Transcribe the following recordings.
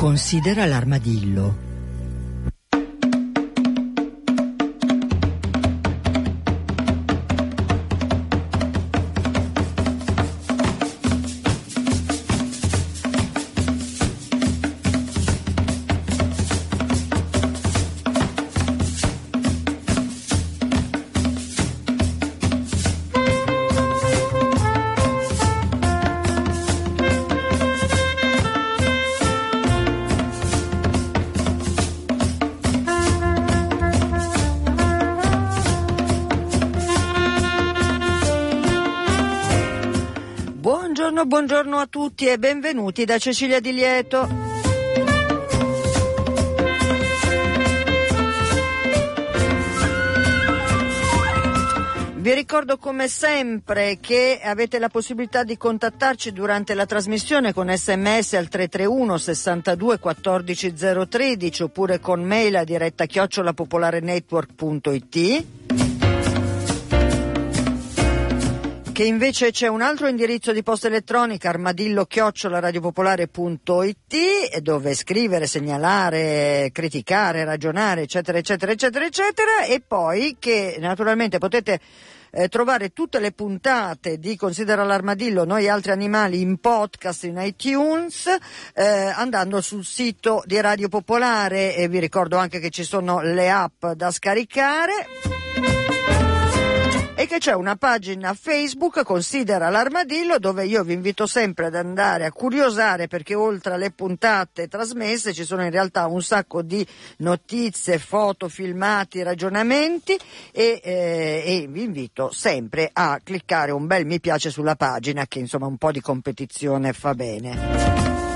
Considera l'armadillo. Buongiorno a tutti e benvenuti da Cecilia Di Lieto. Vi ricordo come sempre che avete la possibilità di contattarci durante la trasmissione con SMS al 331 62 14 013 oppure con mail a diretta @popolarenetwork.it. Che invece c'è un altro indirizzo di posta elettronica, armadillo@radiopopolare.it, dove scrivere, segnalare, criticare, ragionare, eccetera, eccetera, eccetera, eccetera, e poi che naturalmente potete trovare tutte le puntate di Considera l'Armadillo, Noi altri animali in podcast in iTunes, andando sul sito di Radio Popolare, e vi ricordo anche che ci sono le app da scaricare. E che c'è una pagina Facebook, Considera l'Armadillo, dove io vi invito sempre ad andare a curiosare, perché oltre alle puntate trasmesse ci sono in realtà un sacco di notizie, foto, filmati, ragionamenti e vi invito sempre a cliccare un bel mi piace sulla pagina, che insomma un po' di competizione fa bene.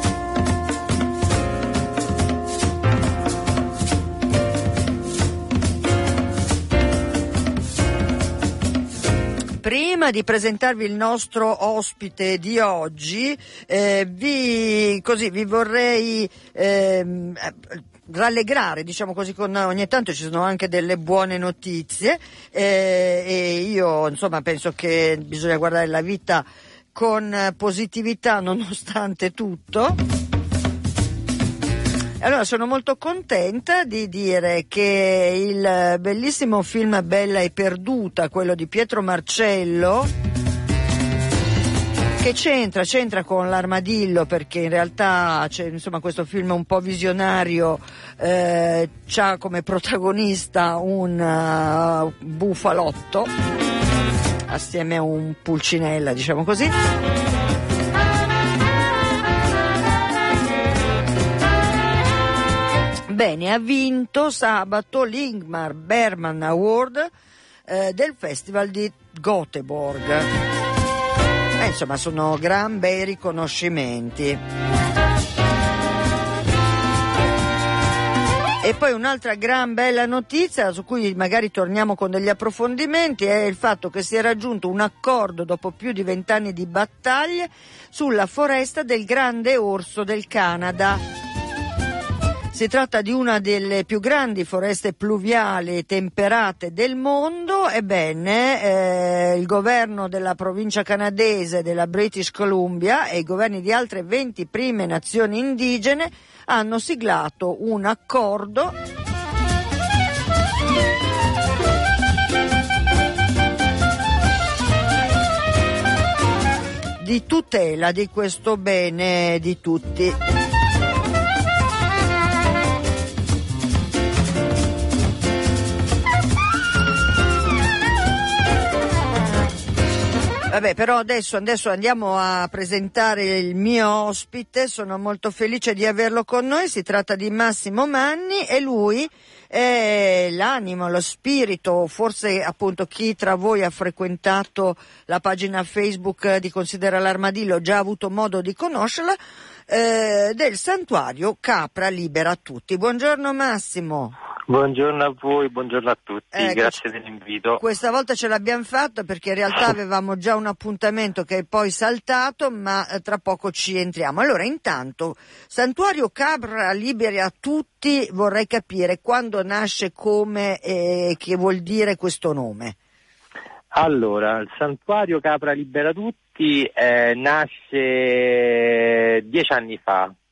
Prima di presentarvi il nostro ospite di oggi, vi vorrei rallegrare, diciamo così, ogni tanto ci sono anche delle buone notizie, e io insomma penso che bisogna guardare la vita con positività nonostante tutto. Allora, sono molto contenta di dire che il bellissimo film Bella e perduta, quello di Pietro Marcello, che c'entra con l'armadillo, perché in realtà c'è, insomma, questo film un po' visionario, c'ha come protagonista un bufalotto assieme a un pulcinella, diciamo così. Bene, ha vinto sabato l'Ingmar Bergman Award del Festival di Göteborg. Insomma, sono gran bei riconoscimenti. E poi un'altra gran bella notizia, su cui magari torniamo con degli approfondimenti, è il fatto che si è raggiunto un accordo dopo più di 20 anni di battaglie sulla foresta del grande orso del Canada. Si tratta di una delle più grandi foreste pluviali temperate del mondo. Ebbene, il governo della provincia canadese della British Columbia e i governi di altre 20 prime nazioni indigene hanno siglato un accordo di tutela di questo bene di tutti. Vabbè, però adesso andiamo a presentare il mio ospite. Sono molto felice di averlo con noi. Si tratta di Massimo Manni e lui è l'animo, lo spirito, forse appunto chi tra voi ha frequentato la pagina Facebook di Considera l'Armadillo già ha avuto modo di conoscerla, del santuario Capra Libera Tutti. Buongiorno Massimo. Buongiorno a voi, buongiorno a tutti, grazie dell'invito. Questa volta ce l'abbiamo fatta perché in realtà avevamo già un appuntamento che è poi saltato, ma tra poco ci entriamo. Allora, intanto, Santuario Capra Libera Tutti, vorrei capire quando nasce, come e che vuol dire questo nome. Allora, il Santuario Capra Libera Tutti nasce 10 anni fa,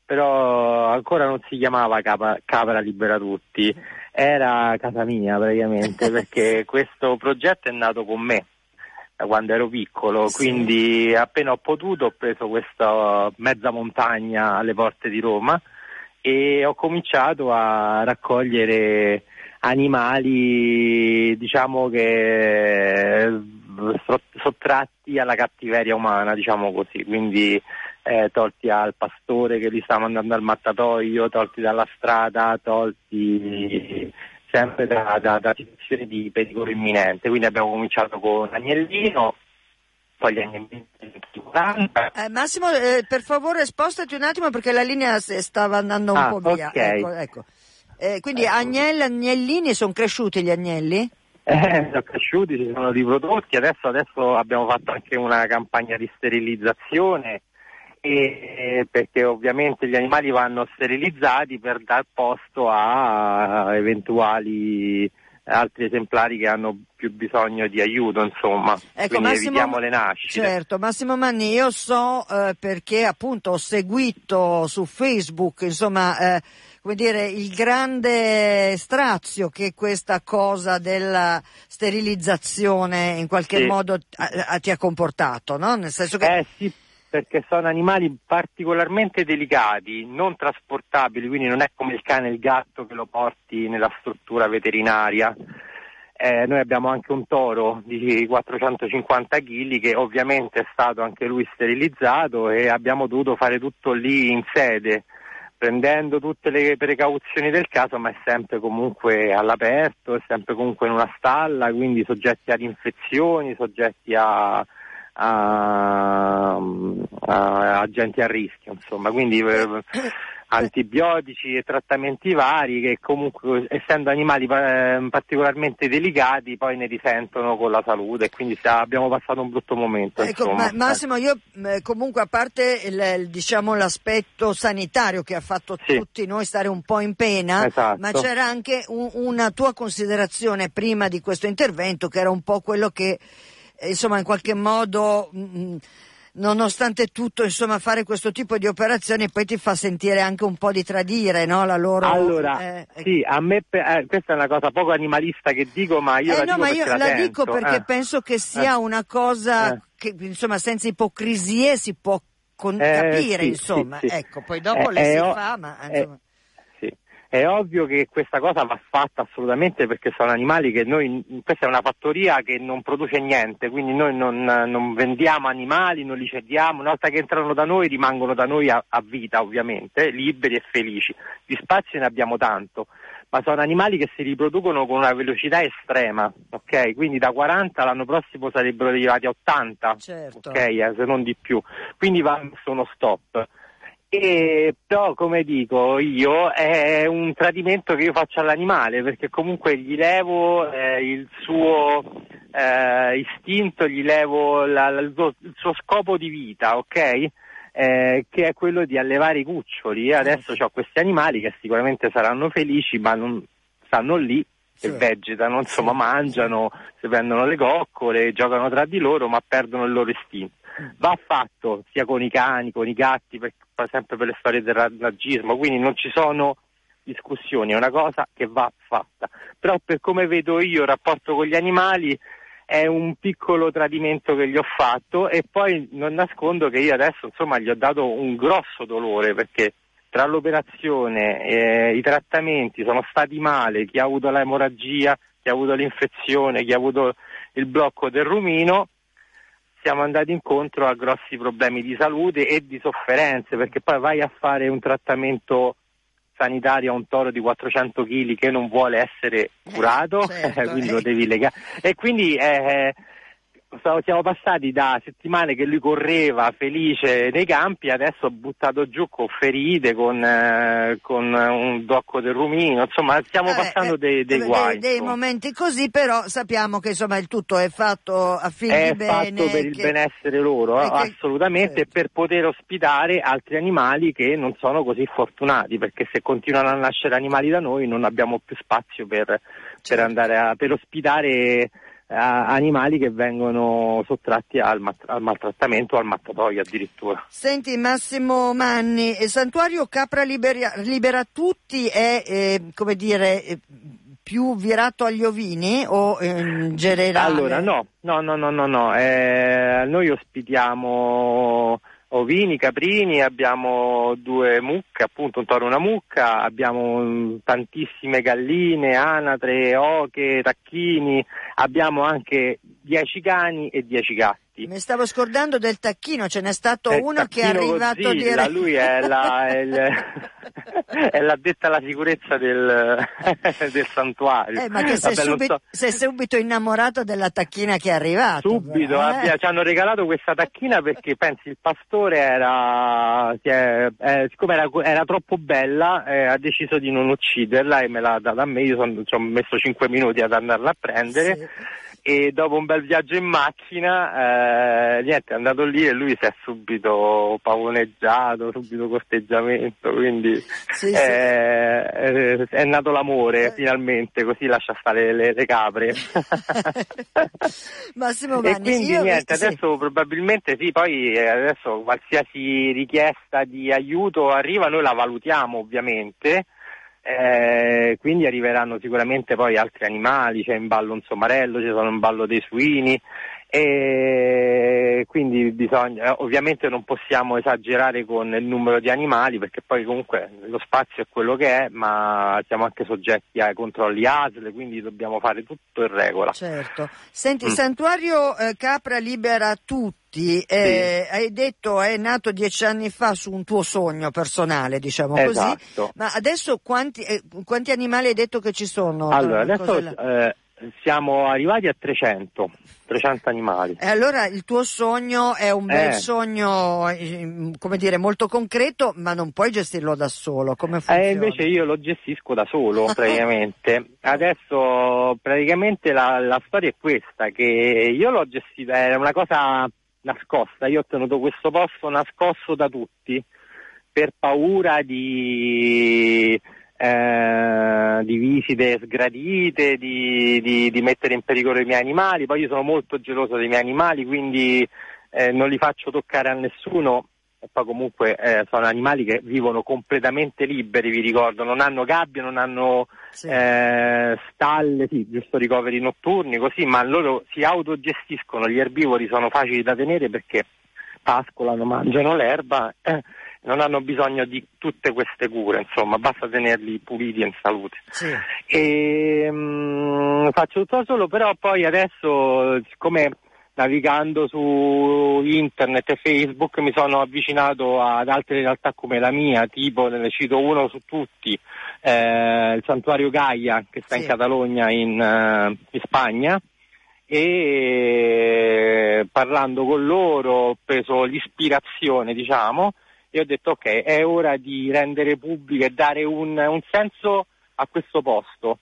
però ancora non si chiamava Capra Libera Tutti, era casa mia praticamente, perché questo progetto è nato con me da quando ero piccolo, quindi appena ho potuto ho preso questa mezza montagna alle porte di Roma e ho cominciato a raccogliere animali, diciamo che sottratti alla cattiveria umana, diciamo così, quindi tolti al pastore che li sta mandando al mattatoio, tolti dalla strada, tolti sempre da situazioni di pericolo imminente. Quindi abbiamo cominciato con Agnellino, poi gli Agnellini 40. Massimo, per favore spostati un attimo perché la linea stava andando un po' via. Ecco. Quindi Agnellini, sono cresciuti gli agnelli? Sono cresciuti, si sono riprodotti, adesso abbiamo fatto anche una campagna di sterilizzazione, perché ovviamente gli animali vanno sterilizzati per dar posto a eventuali altri esemplari che hanno più bisogno di aiuto, insomma. Ecco, quindi evitiamo le nascite. Certo, Massimo Manni, io so perché appunto ho seguito su Facebook, insomma, come dire, il grande strazio che questa cosa della sterilizzazione in qualche modo ti ha comportato, no? Nel senso che sì, perché sono animali particolarmente delicati, non trasportabili, quindi non è come il cane e il gatto che lo porti nella struttura veterinaria. Noi abbiamo anche un toro di 450 kg che ovviamente è stato anche lui sterilizzato e abbiamo dovuto fare tutto lì in sede, prendendo tutte le precauzioni del caso, ma è sempre comunque all'aperto, è sempre comunque in una stalla, quindi soggetti ad infezioni, soggetti a agenti a rischio, insomma, quindi antibiotici e trattamenti vari che comunque, essendo animali particolarmente delicati, poi ne risentono con la salute, e quindi abbiamo passato un brutto momento. Ecco, Massimo, io comunque, a parte diciamo l'aspetto sanitario che ha fatto tutti noi stare un po' in pena, ma c'era anche una tua considerazione prima di questo intervento, che era un po' quello che insomma in qualche modo nonostante tutto, insomma, fare questo tipo di operazioni poi ti fa sentire anche un po' di tradire, no? La loro. Allora, sì, a me questa è una cosa poco animalista che dico, ma io la dico perché penso che sia una cosa che, insomma, senza ipocrisie si può capire, insomma. Sì. Ecco, poi dopo le si fa, ma insomma. È ovvio che questa cosa va fatta assolutamente, perché sono animali che questa è una fattoria che non produce niente, quindi noi non vendiamo animali, non li cediamo, una volta che entrano da noi rimangono da noi a vita, ovviamente, liberi e felici. Di spazio ne abbiamo tanto, ma sono animali che si riproducono con una velocità estrema, ok? Quindi da 40 l'anno prossimo sarebbero arrivati a 80, certo. Ok? Se non di più, quindi sono stop. Però, come dico io, è un tradimento che io faccio all'animale, perché comunque gli levo il suo istinto, gli levo il suo scopo di vita, ok? Che è quello di allevare i cuccioli. E adesso ho questi animali che sicuramente saranno felici, ma non stanno lì e vegetano, insomma, mangiano, si prendono le coccole, giocano tra di loro, ma perdono il loro istinto. Va fatto sia con i cani, con i gatti, sempre per le storie del randagismo, quindi non ci sono discussioni, è una cosa che va fatta. Però, per come vedo io il rapporto con gli animali, è un piccolo tradimento che gli ho fatto, e poi non nascondo che io adesso, insomma, gli ho dato un grosso dolore, perché tra l'operazione, i trattamenti sono stati male, chi ha avuto l'emorragia, chi ha avuto l'infezione, chi ha avuto il blocco del rumino, siamo andati incontro a grossi problemi di salute e di sofferenze, perché poi vai a fare un trattamento sanitario a un toro di 400 kg che non vuole essere curato, quindi lo devi legare. E quindi siamo passati da settimane che lui correva felice nei campi, adesso buttato giù con ferite, con un blocco del rumino, insomma stiamo passando dei guai. Dei momenti così, però sappiamo che insomma il tutto è fatto a fini di bene. È fatto per il benessere loro, assolutamente, e per poter ospitare altri animali che non sono così fortunati, perché se continuano a nascere animali da noi non abbiamo più spazio per andare per ospitare animali che vengono sottratti al maltrattamento o al mattatoio addirittura. Senti Massimo Manni, il santuario Capra Libera Tutti è come dire più virato agli ovini o in generale? Allora no, noi ospitiamo ovini, caprini, abbiamo 2 mucche, appunto un toro e una mucca, abbiamo tantissime galline, anatre, oche, tacchini, abbiamo anche 10 cani e 10 gatti. Mi stavo scordando del tacchino, ce n'è stato uno che è arrivato Godzilla, lui è è l'addetta alla sicurezza del santuario. Ma che sei subito innamorato della tacchina che è arrivata. Subito, ci hanno regalato questa tacchina perché pensi il pastore siccome era troppo bella, ha deciso di non ucciderla e me l'ha data a me. Io ci ho messo 5 minuti ad andarla a prendere. Sì. E dopo un bel viaggio in macchina, niente, è andato lì e lui si è subito pavoneggiato, subito corteggiamento, quindi è nato l'amore finalmente, così lascia stare le capre. Massimo Vanni, e quindi adesso probabilmente poi adesso qualsiasi richiesta di aiuto arriva, noi la valutiamo ovviamente. Quindi arriveranno sicuramente poi altri animali, c'è in ballo un somarello, ci sono in ballo dei suini e quindi ovviamente non possiamo esagerare con il numero di animali perché poi comunque lo spazio è quello che è, ma siamo anche soggetti ai controlli ASL, quindi dobbiamo fare tutto in regola. Certo. Senti, il santuario Capra Libera Tutti, hai detto è nato 10 anni fa su un tuo sogno personale, diciamo così. Esatto. Ma adesso quanti animali hai detto che ci sono? Allora, adesso siamo arrivati a 300 animali. E allora il tuo sogno è un bel sogno, come dire, molto concreto, ma non puoi gestirlo da solo, come funziona? Invece io lo gestisco da solo praticamente. Adesso praticamente la storia è questa, che io l'ho gestita, era una cosa nascosta, io ho tenuto questo posto nascosto da tutti per paura di visite sgradite, di mettere in pericolo i miei animali. Poi io sono molto geloso dei miei animali, quindi non li faccio toccare a nessuno. E poi comunque sono animali che vivono completamente liberi, vi ricordo, non hanno gabbie, non hanno stalle, giusto ricoveri notturni, così, ma loro si autogestiscono. Gli erbivori sono facili da tenere perché pascolano, mangiano l'erba, non hanno bisogno di tutte queste cure, insomma, basta tenerli puliti e in salute. Sì. E faccio tutto da solo, però poi adesso, siccome navigando su internet e Facebook mi sono avvicinato ad altre realtà come la mia, tipo, ne cito uno su tutti, il Santuario Gaia, che sta in Catalogna in Spagna, e parlando con loro ho preso l'ispirazione, diciamo, e ho detto ok, è ora di rendere pubblico e dare un senso a questo posto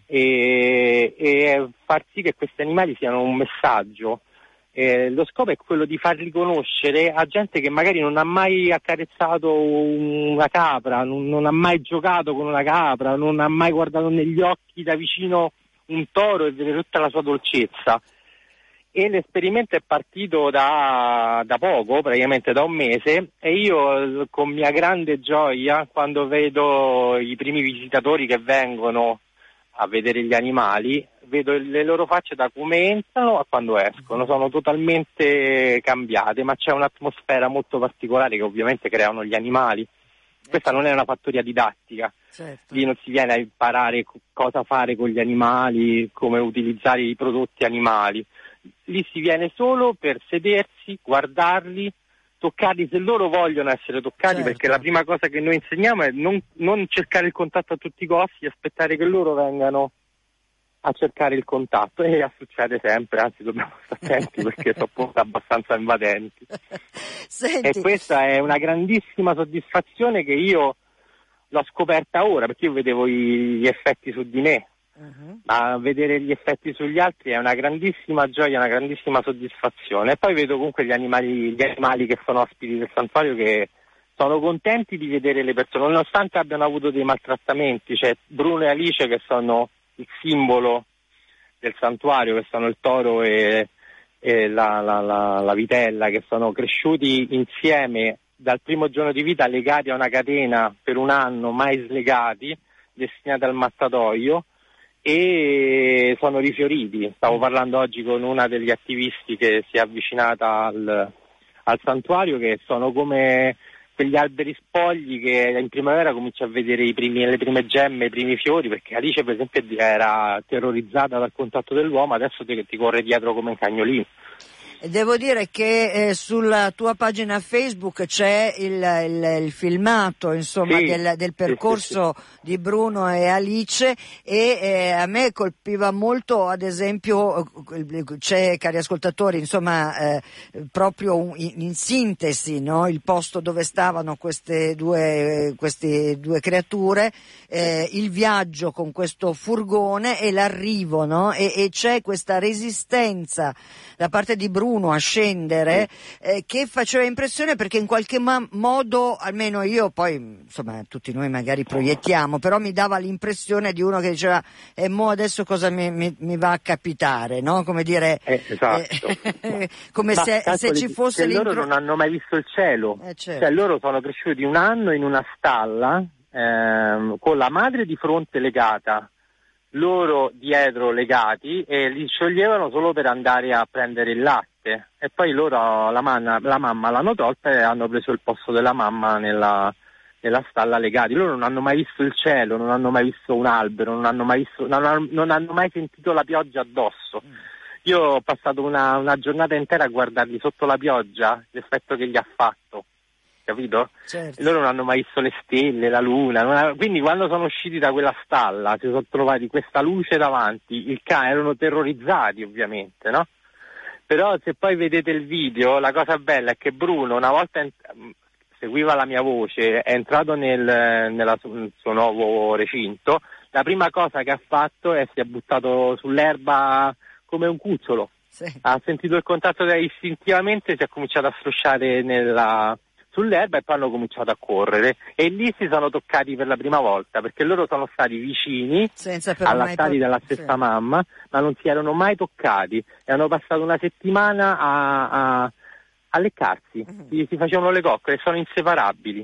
e far sì che questi animali siano un messaggio. Lo scopo è quello di farli conoscere a gente che magari non ha mai accarezzato una capra, non ha mai giocato con una capra, non ha mai guardato negli occhi da vicino un toro e vedere tutta la sua dolcezza. E l'esperimento è partito da poco, praticamente da un mese, e io con mia grande gioia, quando vedo i primi visitatori che vengono a vedere gli animali, vedo le loro facce da come entrano a quando escono, sono totalmente cambiate, ma c'è un'atmosfera molto particolare che ovviamente creano gli animali. Questa non è una fattoria didattica, certo. Lì non si viene a imparare cosa fare con gli animali, come utilizzare i prodotti animali. Lì si viene solo per sedersi, guardarli, toccarli se loro vogliono essere toccati, certo. Perché la prima cosa che noi insegniamo è non cercare il contatto a tutti i costi, aspettare che loro vengano a cercare il contatto, e succede sempre, anzi dobbiamo stare attenti perché sono abbastanza invadenti. Senti. E questa è una grandissima soddisfazione che io l'ho scoperta ora, perché io vedevo gli effetti su di me. Ma vedere gli effetti sugli altri è una grandissima gioia, una grandissima soddisfazione. E poi vedo comunque gli animali che sono ospiti del santuario che sono contenti di vedere le persone, nonostante abbiano avuto dei maltrattamenti. C'è Bruno e Alice che sono il simbolo del santuario, che sono il toro e la vitella, che sono cresciuti insieme dal primo giorno di vita, legati a una catena per un anno, mai slegati, destinati al mattatoio, e sono rifioriti. Stavo parlando oggi con una degli attivisti che si è avvicinata al santuario, che sono come quegli alberi spogli che in primavera cominci a vedere le prime gemme, i primi fiori, perché Alice per esempio era terrorizzata dal contatto dell'uomo, adesso ti corre dietro come un cagnolino. Devo dire che sulla tua pagina Facebook c'è il filmato, insomma, sì, del percorso di Bruno e Alice, e a me colpiva molto, ad esempio, c'è, cari ascoltatori, insomma, proprio in sintesi, no? Il posto dove stavano queste due creature, il viaggio con questo furgone e l'arrivo, no? E c'è questa resistenza da parte di Bruno a scendere, che faceva impressione, perché in qualche modo, almeno io, poi insomma tutti noi magari proiettiamo, però mi dava l'impressione di uno che diceva mo adesso cosa mi va a capitare, no? Come dire, esatto. come se ci fosse loro non hanno mai visto il cielo, certo. Cioè loro sono cresciuti un anno in una stalla, con la madre di fronte legata, loro dietro legati, e li scioglievano solo per andare a prendere il latte, e poi loro la mamma l'hanno tolta e hanno preso il posto della mamma nella stalla legati. Loro non hanno mai visto il cielo, non hanno mai visto un albero, non hanno mai sentito la pioggia addosso. Io ho passato una giornata intera a guardarli sotto la pioggia, l'effetto che gli ha fatto, capito? Certo. Loro non hanno mai visto le stelle, la luna, quindi quando sono usciti da quella stalla si sono trovati questa luce davanti, erano terrorizzati ovviamente, no? Però se poi vedete il video, la cosa bella è che Bruno, una volta seguiva la mia voce, è entrato nel suo nuovo recinto, la prima cosa che ha fatto è si è buttato sull'erba come un cucciolo. Sì. Ha sentito il contatto istintivamente, si è cominciato a strusciare sull'erba, e poi hanno cominciato a correre, e lì si sono toccati per la prima volta, perché loro sono stati vicini, allattati dalla stessa mamma, ma non si erano mai toccati, e hanno passato una settimana a leccarsi, si facevano le coccole, sono inseparabili.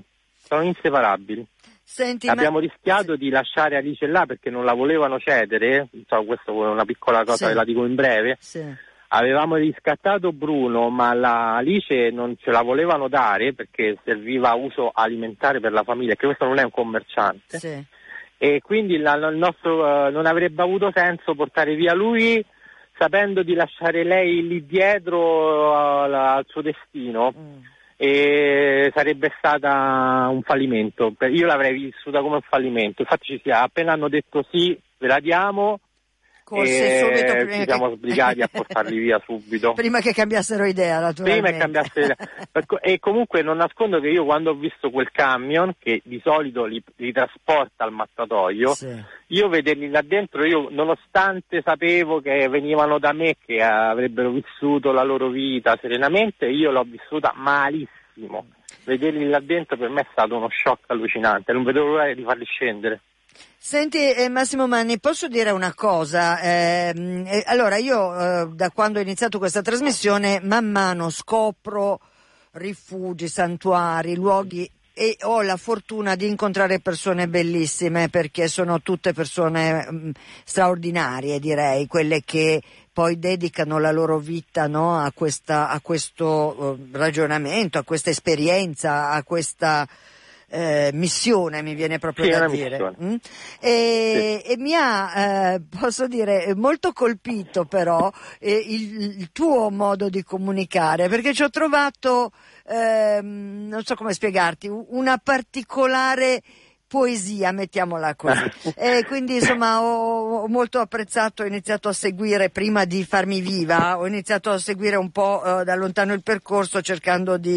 Senti, abbiamo rischiato di lasciare Alice là perché non la volevano cedere, questa è una piccola cosa, ve la dico in breve. Avevamo riscattato Bruno, ma Alice non ce la volevano dare perché serviva a uso alimentare per la famiglia, che questo non è un commerciante. Sì. E quindi il nostro non avrebbe avuto senso portare via lui sapendo di lasciare lei lì dietro al suo destino. E sarebbe stata un fallimento. Io l'avrei vissuta come un fallimento. Infatti appena hanno detto sì, ve la diamo, subito, ci siamo sbrigati a portarli via subito. Prima che cambiassero idea, naturalmente. E comunque non nascondo che io, quando ho visto quel camion che di solito li trasporta al mattatoio, io vederli là dentro, io nonostante sapevo che venivano da me, che avrebbero vissuto la loro vita serenamente, io l'ho vissuta malissimo. Vederli là dentro per me è stato uno shock allucinante, non vedevo l'ora di farli scendere. Senti, Massimo Manni, posso dire una cosa? Allora, io da quando ho iniziato questa trasmissione man mano scopro rifugi, santuari, luoghi, e ho la fortuna di incontrare persone bellissime, perché sono tutte persone straordinarie, direi, quelle che poi dedicano la loro vita, no, a questo ragionamento, a questa esperienza, a questa missione, mi viene proprio da dire. E mi ha, posso dire, molto colpito però il tuo modo di comunicare, perché ci ho trovato, non so come spiegarti, una particolare poesia, mettiamola così. E quindi insomma ho molto apprezzato, ho iniziato a seguire, prima di farmi viva, ho iniziato a seguire un po' da lontano il percorso, cercando di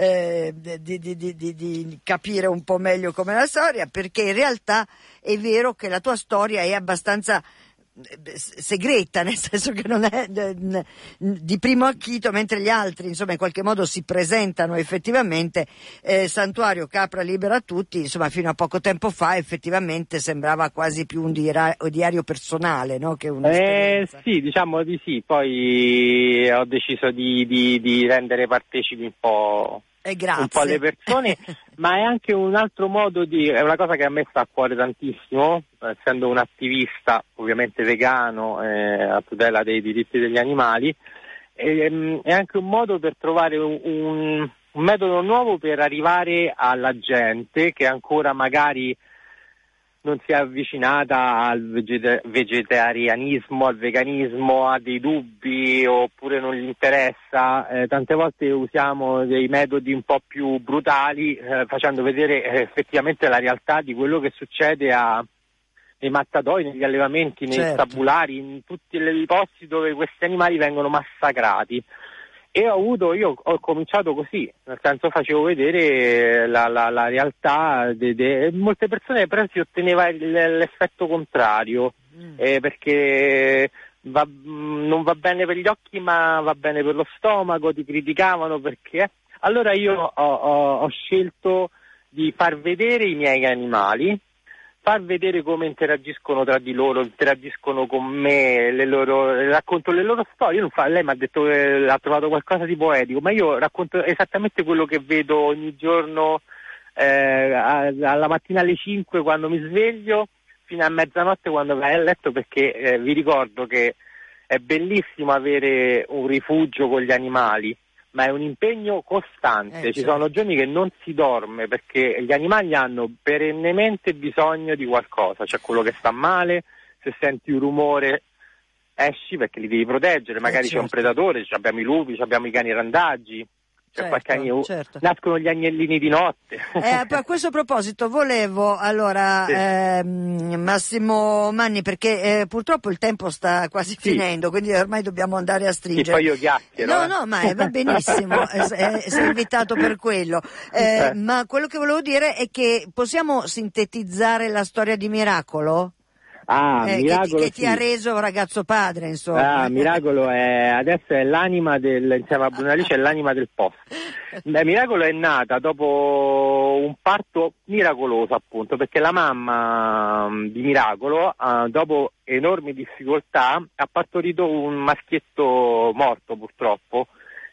capire un po' meglio com'è la storia, perché in realtà è vero che la tua storia è abbastanza segreta, nel senso che non è di primo acchito, mentre gli altri insomma in qualche modo si presentano effettivamente. Santuario Capra Libera Tutti, insomma fino a poco tempo fa effettivamente sembrava quasi più un diario personale, no? Che un'esperienza. Sì, diciamo di sì, poi ho deciso di rendere partecipi un po' le persone, ma è anche un altro modo è una cosa che a me sta a cuore tantissimo, essendo un attivista ovviamente vegano a tutela dei diritti degli animali, è anche un modo per trovare un metodo nuovo per arrivare alla gente che ancora magari non si è avvicinata al vegetarianismo, al veganismo, ha dei dubbi oppure non gli interessa. Tante volte usiamo dei metodi un po' più brutali, facendo vedere effettivamente la realtà di quello che succede nei mattatoi, negli allevamenti, nei stabulari, in tutti i posti dove questi animali vengono massacrati. E io ho cominciato così, nel senso facevo vedere la realtà, molte persone però si otteneva l'effetto contrario, perché non va bene per gli occhi ma va bene per lo stomaco, ti criticavano perché. Allora io ho scelto di far vedere i miei animali, far vedere come interagiscono tra di loro, interagiscono con me, racconto le loro storie. Lei mi ha detto che ha trovato qualcosa di poetico, ma io racconto esattamente quello che vedo ogni giorno, alla mattina alle 5 quando mi sveglio, fino a mezzanotte quando vai a letto, perché vi ricordo che è bellissimo avere un rifugio con gli animali, ma è un impegno costante, ci sono giorni che non si dorme perché gli animali hanno perennemente bisogno di qualcosa, c'è quello che sta male, se senti un rumore esci perché li devi proteggere, magari c'è un predatore, abbiamo i lupi, abbiamo i cani randaggi, nascono gli agnellini di notte. A questo proposito volevo Massimo Manni, perché purtroppo il tempo sta quasi finendo, quindi ormai dobbiamo andare a stringere. Sì, poi io chiacchiero. No, ma va benissimo, sei invitato per quello. Ma quello che volevo dire è che possiamo sintetizzare la storia di Miracolo? Miracolo che ti ha reso ragazzo padre, insomma. Miracolo adesso è l'anima insieme a Bruno Alice, è l'anima del posto. Miracolo è nata dopo un parto miracoloso, appunto, perché la mamma di Miracolo, dopo enormi difficoltà, ha partorito un maschietto morto, purtroppo,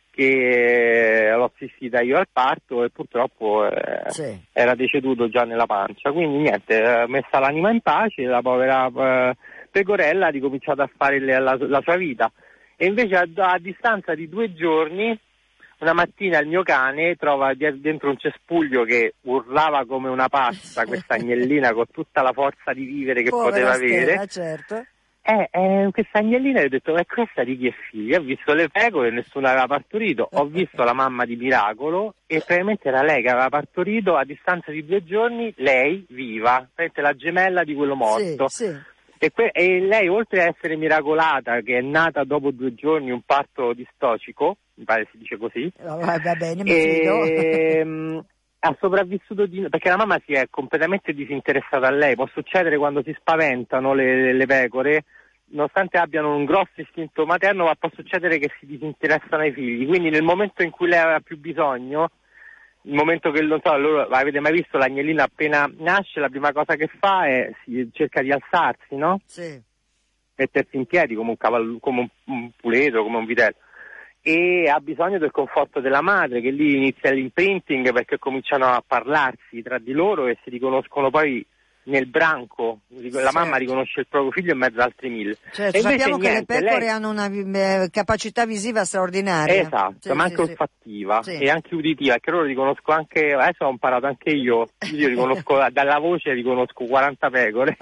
che l'ho assistita io al parto e purtroppo era deceduto già nella pancia, quindi niente, messa l'anima in pace, la povera pecorella ha ricominciato a fare la sua vita, e invece a distanza di 2 giorni una mattina il mio cane trova dentro un cespuglio che urlava come una pazza, questa agnellina con tutta la forza di vivere che poteva avere. Certo. Questa agnellina, ho detto, questa di chi è figlia? Ho visto le pecore, nessuno aveva partorito, ho visto la mamma di Miracolo e probabilmente era lei che aveva partorito a distanza di 2 giorni, lei viva, la gemella di quello morto. Sì. E lei, oltre a essere miracolata, che è nata dopo 2 giorni, un parto distocico, mi pare si dice così, va bene, mi fido. ha sopravvissuto perché la mamma si è completamente disinteressata a lei. Può succedere quando si spaventano le pecore, nonostante abbiano un grosso istinto materno, ma può succedere che si disinteressano ai figli, quindi nel momento in cui lei aveva più bisogno, il momento che, non so, avete mai visto l'agnellina appena nasce, la prima cosa che fa è cerca di alzarsi, no? Sì. Mettersi in piedi come un cavallo, come un puledro, come un vitello, e ha bisogno del conforto della madre, che lì inizia l'imprinting, perché cominciano a parlarsi tra di loro e si riconoscono poi nel branco. La mamma riconosce il proprio figlio in mezzo ad altri 1000. Certo, sappiamo che le pecore hanno una capacità visiva straordinaria. Esatto, ma anche olfattiva e anche uditiva, perché loro riconosco anche, adesso ho imparato anche io riconosco dalla voce, riconosco 40 pecore.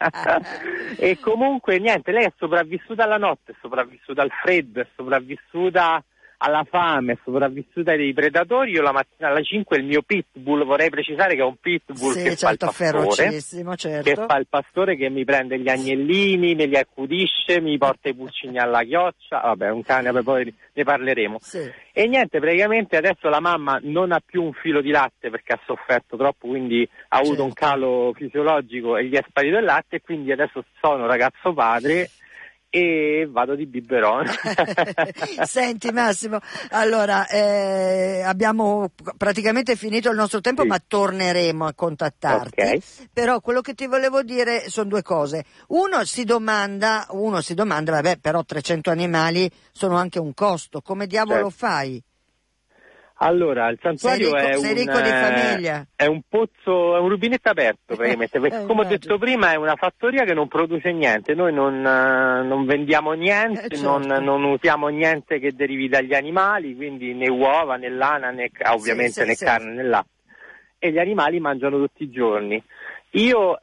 E comunque niente, lei è sopravvissuta alla notte, è sopravvissuta al freddo, è sopravvissuta alla fame, è sopravvissuta dei predatori. Io la mattina alle 5 il mio pitbull, vorrei precisare che è un pitbull che fa il pastore, certo. che fa il pastore, che mi prende gli agnellini, me li accudisce, mi porta i pulcini alla chioccia, vabbè, un cane, poi ne parleremo. Sì. E niente, praticamente adesso la mamma non ha più un filo di latte perché ha sofferto troppo, quindi ha avuto un calo fisiologico e gli è sparito il latte, e quindi adesso sono ragazzo padre e vado di biberon. Senti Massimo, allora abbiamo praticamente finito il nostro tempo, ma torneremo a contattarti. Okay. Però quello che ti volevo dire sono due cose. Uno si domanda, vabbè, però 300 animali sono anche un costo, come diavolo fai? Allora, il santuario sei ricco di famiglia. È un pozzo, è un rubinetto aperto praticamente, perché come ho detto prima è una fattoria che non produce niente, noi non vendiamo niente, non usiamo niente che derivi dagli animali, quindi né uova, né lana, né ovviamente né carne, né latte, e gli animali mangiano tutti i giorni. Io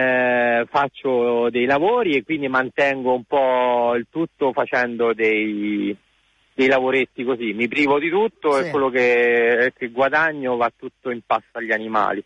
faccio dei lavori e quindi mantengo un po' il tutto facendo dei lavoretti così, mi privo di tutto e quello che guadagno va tutto in pasto agli animali.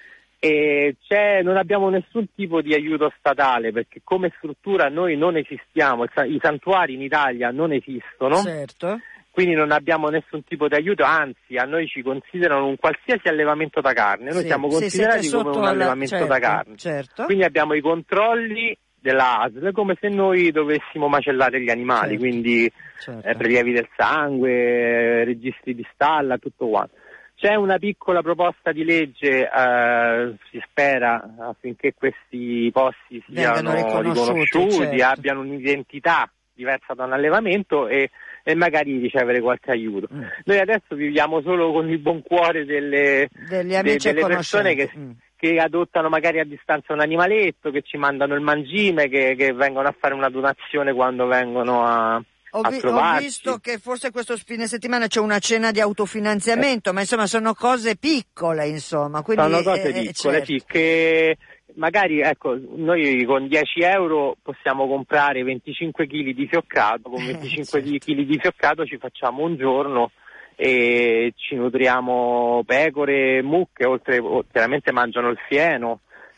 E non abbiamo nessun tipo di aiuto statale, perché come struttura noi non esistiamo, i santuari in Italia non esistono, quindi non abbiamo nessun tipo di aiuto, anzi a noi ci considerano un qualsiasi allevamento da carne, noi siamo considerati come un allevamento da carne, quindi abbiamo i controlli della ASL come se noi dovessimo macellare gli animali, quindi prelievi del sangue, registri di stalla, tutto quanto. C'è una piccola proposta di legge, si spera, affinché questi posti siano riconosciuti, abbiano un'identità diversa da un allevamento e magari ricevere qualche aiuto. Noi adesso viviamo solo con il buon cuore delle persone che adottano magari a distanza un animaletto, che ci mandano il mangime, che vengono a fare una donazione quando vengono a trovarci. Ho visto che forse questo fine settimana c'è una cena di autofinanziamento, ma insomma sono cose piccole, insomma. Quindi, sono cose piccole, sì, che magari, ecco, noi con 10 euro possiamo comprare 25 kg di fioccato, con 25 kg di fioccato ci facciamo un giorno e ci nutriamo pecore, mucche, chiaramente mangiano il fieno,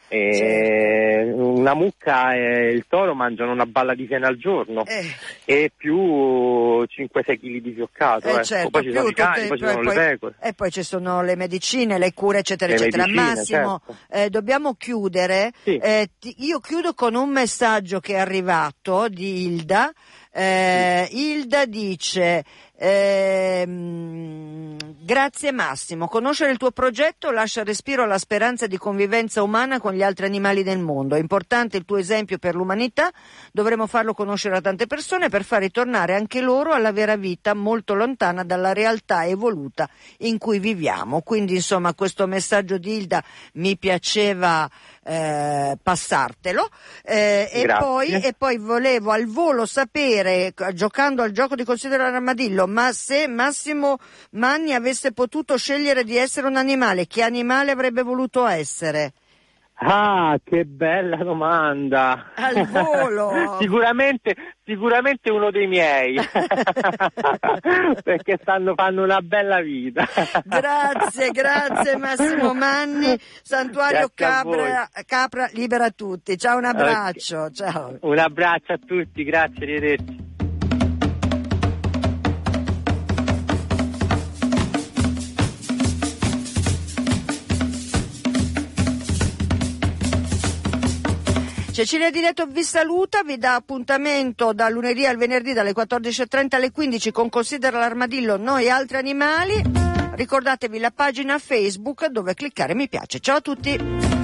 una mucca e il toro mangiano una balla di fieno al giorno e più 5-6 kg di fioccato, poi ci sono i cani, poi ci sono le pecore e poi ci sono le medicine, le cure eccetera eccetera. Massimo, dobbiamo chiudere, io chiudo con un messaggio che è arrivato di Ilda. Ilda dice grazie Massimo, conoscere il tuo progetto lascia respiro alla speranza di convivenza umana con gli altri animali del mondo, è importante il tuo esempio per l'umanità, dovremo farlo conoscere a tante persone per far ritornare anche loro alla vera vita molto lontana dalla realtà evoluta in cui viviamo. Quindi insomma questo messaggio di Ilda mi piaceva passartelo e poi volevo al volo sapere, giocando al gioco di Considera l'armadillo, ma se Massimo Manni avesse potuto scegliere di essere un animale, che animale avrebbe voluto essere? Ah, che bella domanda! Al volo! Sicuramente uno dei miei, perché fanno una bella vita. Grazie Massimo Manni, Santuario Capra libera tutti. Ciao, un abbraccio. Ciao. Un abbraccio a tutti, grazie, arrivederci. Cecilia Diretto vi saluta, vi dà appuntamento da lunedì al venerdì dalle 14.30 alle 15 con Considera l'armadillo, noi e altri animali. Ricordatevi la pagina Facebook dove cliccare mi piace. Ciao a tutti!